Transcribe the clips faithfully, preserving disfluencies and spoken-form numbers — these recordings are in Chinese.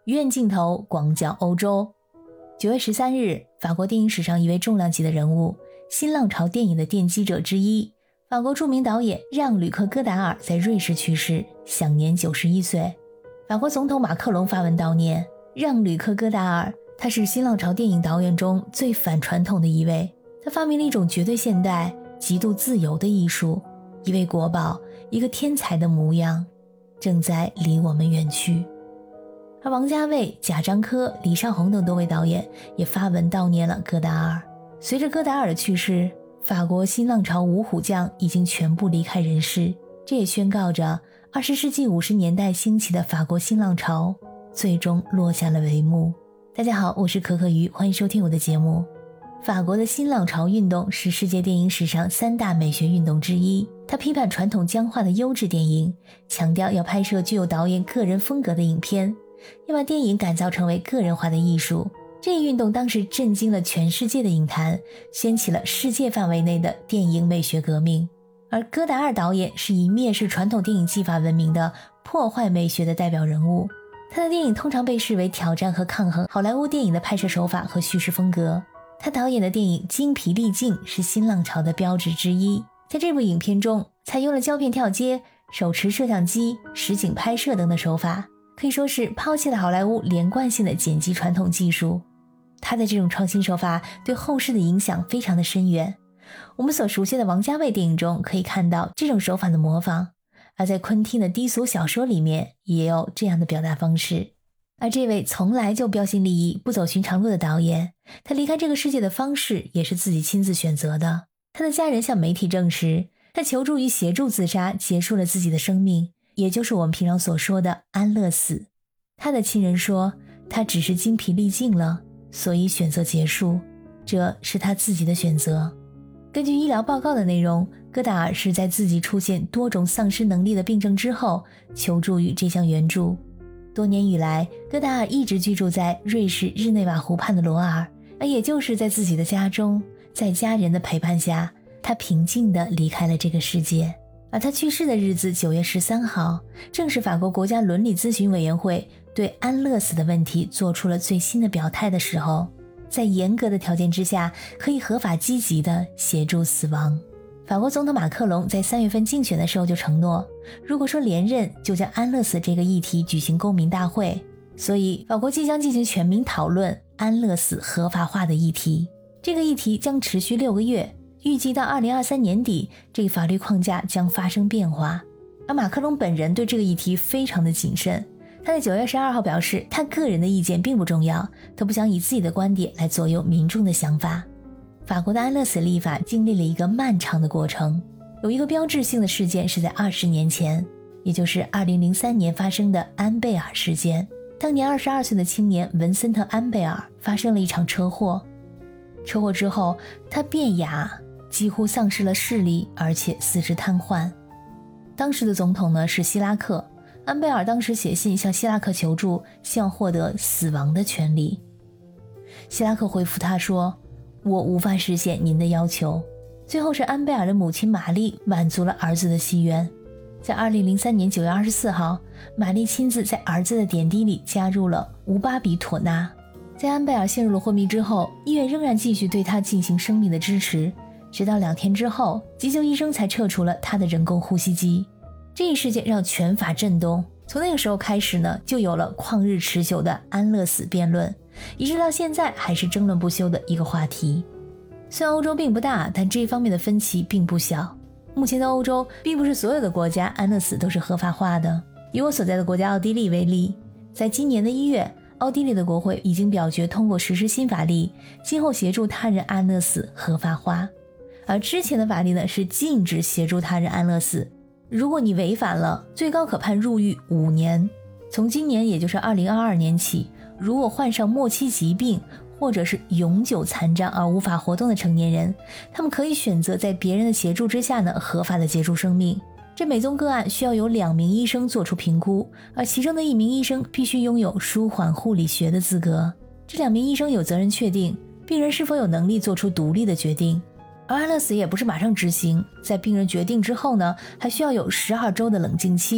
鱼眼镜头广角欧洲。九月十三日，法国电影史上一位重量级的人物，新浪潮电影的奠基者之一，法国著名导演让·吕克·戈达尔在瑞士去世，享年九十一岁。法国总统马克龙发文悼念让·吕克·戈达尔，他是新浪潮电影导演中最反传统的一位，他发明了一种绝对现代、极度自由的艺术，一位国宝，一个天才的模样，正在离我们远去。而王家卫、贾樟柯、李少红等多位导演也发文悼念了戈达尔。随着戈达尔的去世，法国新浪潮五虎将已经全部离开人世，这也宣告着二十世纪五十年代兴起的法国新浪潮最终落下了帷幕。大家好，我是可可鱼，欢迎收听我的节目。法国的新浪潮运动是世界电影史上三大美学运动之一，它批判传统僵化的优质电影，强调要拍摄具有导演个人风格的影片，要把电影改造成为个人化的艺术。这一运动当时震惊了全世界的影坛，掀起了世界范围内的电影美学革命。而戈达尔导演是以蔑视传统电影技法闻名的破坏美学的代表人物，他的电影通常被视为挑战和抗衡好莱坞电影的拍摄手法和叙事风格。他导演的电影精疲力尽是新浪潮的标志之一，在这部影片中采用了胶片跳接、手持摄像机、实景拍摄等的手法，可以说是抛弃了好莱坞连贯性的剪辑传统技术。他的这种创新手法对后世的影响非常的深远，我们所熟悉的王家卫电影中可以看到这种手法的模仿，而在昆汀的低俗小说里面也有这样的表达方式。而这位从来就标新立异、不走寻常路的导演，他离开这个世界的方式也是自己亲自选择的。他的家人向媒体证实，他求助于协助自杀结束了自己的生命，也就是我们平常所说的安乐死。他的亲人说，他只是精疲力尽了，所以选择结束，这是他自己的选择。根据医疗报告的内容，戈达尔是在自己出现多种丧失能力的病症之后求助于这项援助。多年以来，戈达尔一直居住在瑞士日内瓦湖畔的罗尔，而也就是在自己的家中，在家人的陪伴下，他平静地离开了这个世界。而他去世的日子九月十三号，正是法国国家伦理咨询委员会对安乐死的问题做出了最新的表态的时候，在严格的条件之下，可以合法积极地协助死亡。法国总统马克龙在三月份竞选的时候就承诺，如果说连任，就将安乐死这个议题举行公民大会。所以法国即将进行全民讨论安乐死合法化的议题，这个议题将持续六个月，预计到二零二三年底，这个法律框架将发生变化。而马克龙本人对这个议题非常的谨慎，他在九月十二号表示，他个人的意见并不重要，他不想以自己的观点来左右民众的想法。法国的安乐死立法经历了一个漫长的过程，有一个标志性的事件是在二十年前，也就是二零零三年发生的安贝尔事件。当年二十二岁的青年文森特·安贝尔发生了一场车祸，车祸之后他变哑，几乎丧失了视力，而且四肢瘫痪。当时的总统呢是希拉克，安贝尔当时写信向希拉克求助，希望获得死亡的权利。希拉克回复他说，我无法实现您的要求。最后是安贝尔的母亲玛丽满足了儿子的心愿。在二零零三年九月二十四号，玛丽亲自在儿子的点滴里加入了吴巴比妥钠。在安贝尔陷入了昏迷之后，医院仍然继续对他进行生命的支持，直到两天之后，急救医生才撤除了他的人工呼吸机。这一事件让全法震动，从那个时候开始呢，就有了旷日持久的安乐死辩论，一直到现在还是争论不休的一个话题。虽然欧洲并不大，但这一方面的分歧并不小。目前的欧洲并不是所有的国家安乐死都是合法化的。以我所在的国家奥地利为例，在今年的一月，奥地利的国会已经表决通过实施新法律，今后协助他人安乐死合法化。而之前的法律呢，是禁止协助他人安乐死，如果你违反了，最高可判入狱五年。从今年也就是二零二二年起，如果患上末期疾病或者是永久残障而无法活动的成年人，他们可以选择在别人的协助之下呢，合法的结束生命。这每宗个案需要有两名医生做出评估，而其中的一名医生必须拥有舒缓护理学的资格。这两名医生有责任确定病人是否有能力做出独立的决定。而安乐死也不是马上执行，在病人决定之后呢，还需要有十二周的冷静期。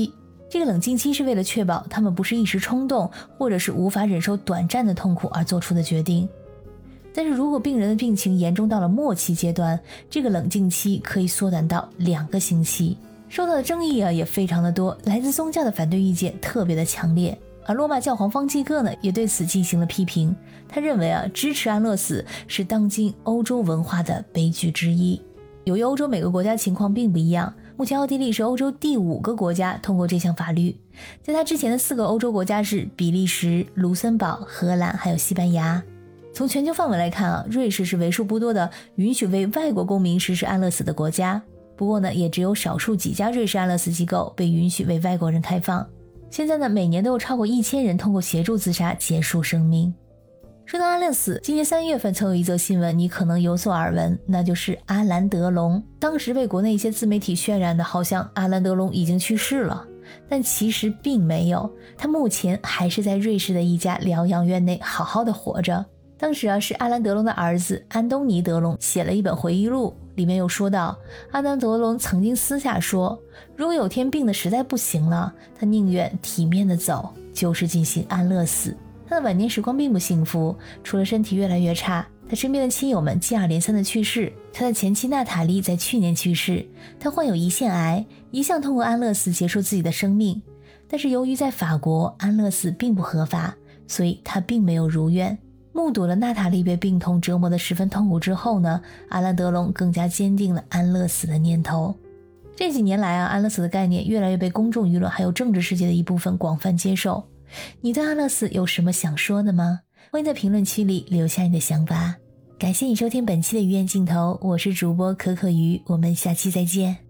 这个冷静期是为了确保他们不是一时冲动或者是无法忍受短暂的痛苦而做出的决定。但是如果病人的病情严重到了末期阶段，这个冷静期可以缩短到两个星期。受到的争议啊也非常的多，来自宗教的反对意见特别的强烈。而罗马教皇方济各呢也对此进行了批评，他认为啊支持安乐死是当今欧洲文化的悲剧之一。由于欧洲每个国家情况并不一样，目前奥地利是欧洲第五个国家通过这项法律，在它之前的四个欧洲国家是比利时、卢森堡、荷兰还有西班牙。从全球范围来看啊，瑞士是为数不多的允许为外国公民实施安乐死的国家，不过呢也只有少数几家瑞士安乐死机构被允许为外国人开放。现在呢，每年都有超过一千人通过协助自杀结束生命。说到安乐死，今年三月份曾有一则新闻你可能有所耳闻，那就是阿兰·德龙。当时被国内一些自媒体渲染的好像阿兰·德龙已经去世了，但其实并没有，他目前还是在瑞士的一家疗养院内好好的活着。当时啊，是阿兰·德龙的儿子安东尼·德龙写了一本回忆录，里面有说到，阿兰·德龙曾经私下说，如果有天病得实在不行了，他宁愿体面的走，就是进行安乐死。他的晚年时光并不幸福，除了身体越来越差，他身边的亲友们接二连三的去世。他的前妻娜塔莉在去年去世，他患有胰腺癌，一向通过安乐死结束自己的生命。但是由于在法国安乐死并不合法，所以他并没有如愿。目睹了娜塔莉被病痛折磨得十分痛苦之后呢，阿兰·德龙更加坚定了安乐死的念头。这几年来啊，安乐死的概念越来越被公众舆论还有政治世界的一部分广泛接受。你对安乐死有什么想说的吗？欢迎在评论区里留下你的想法。感谢你收听本期的鱼眼镜头，我是主播可可鱼，我们下期再见。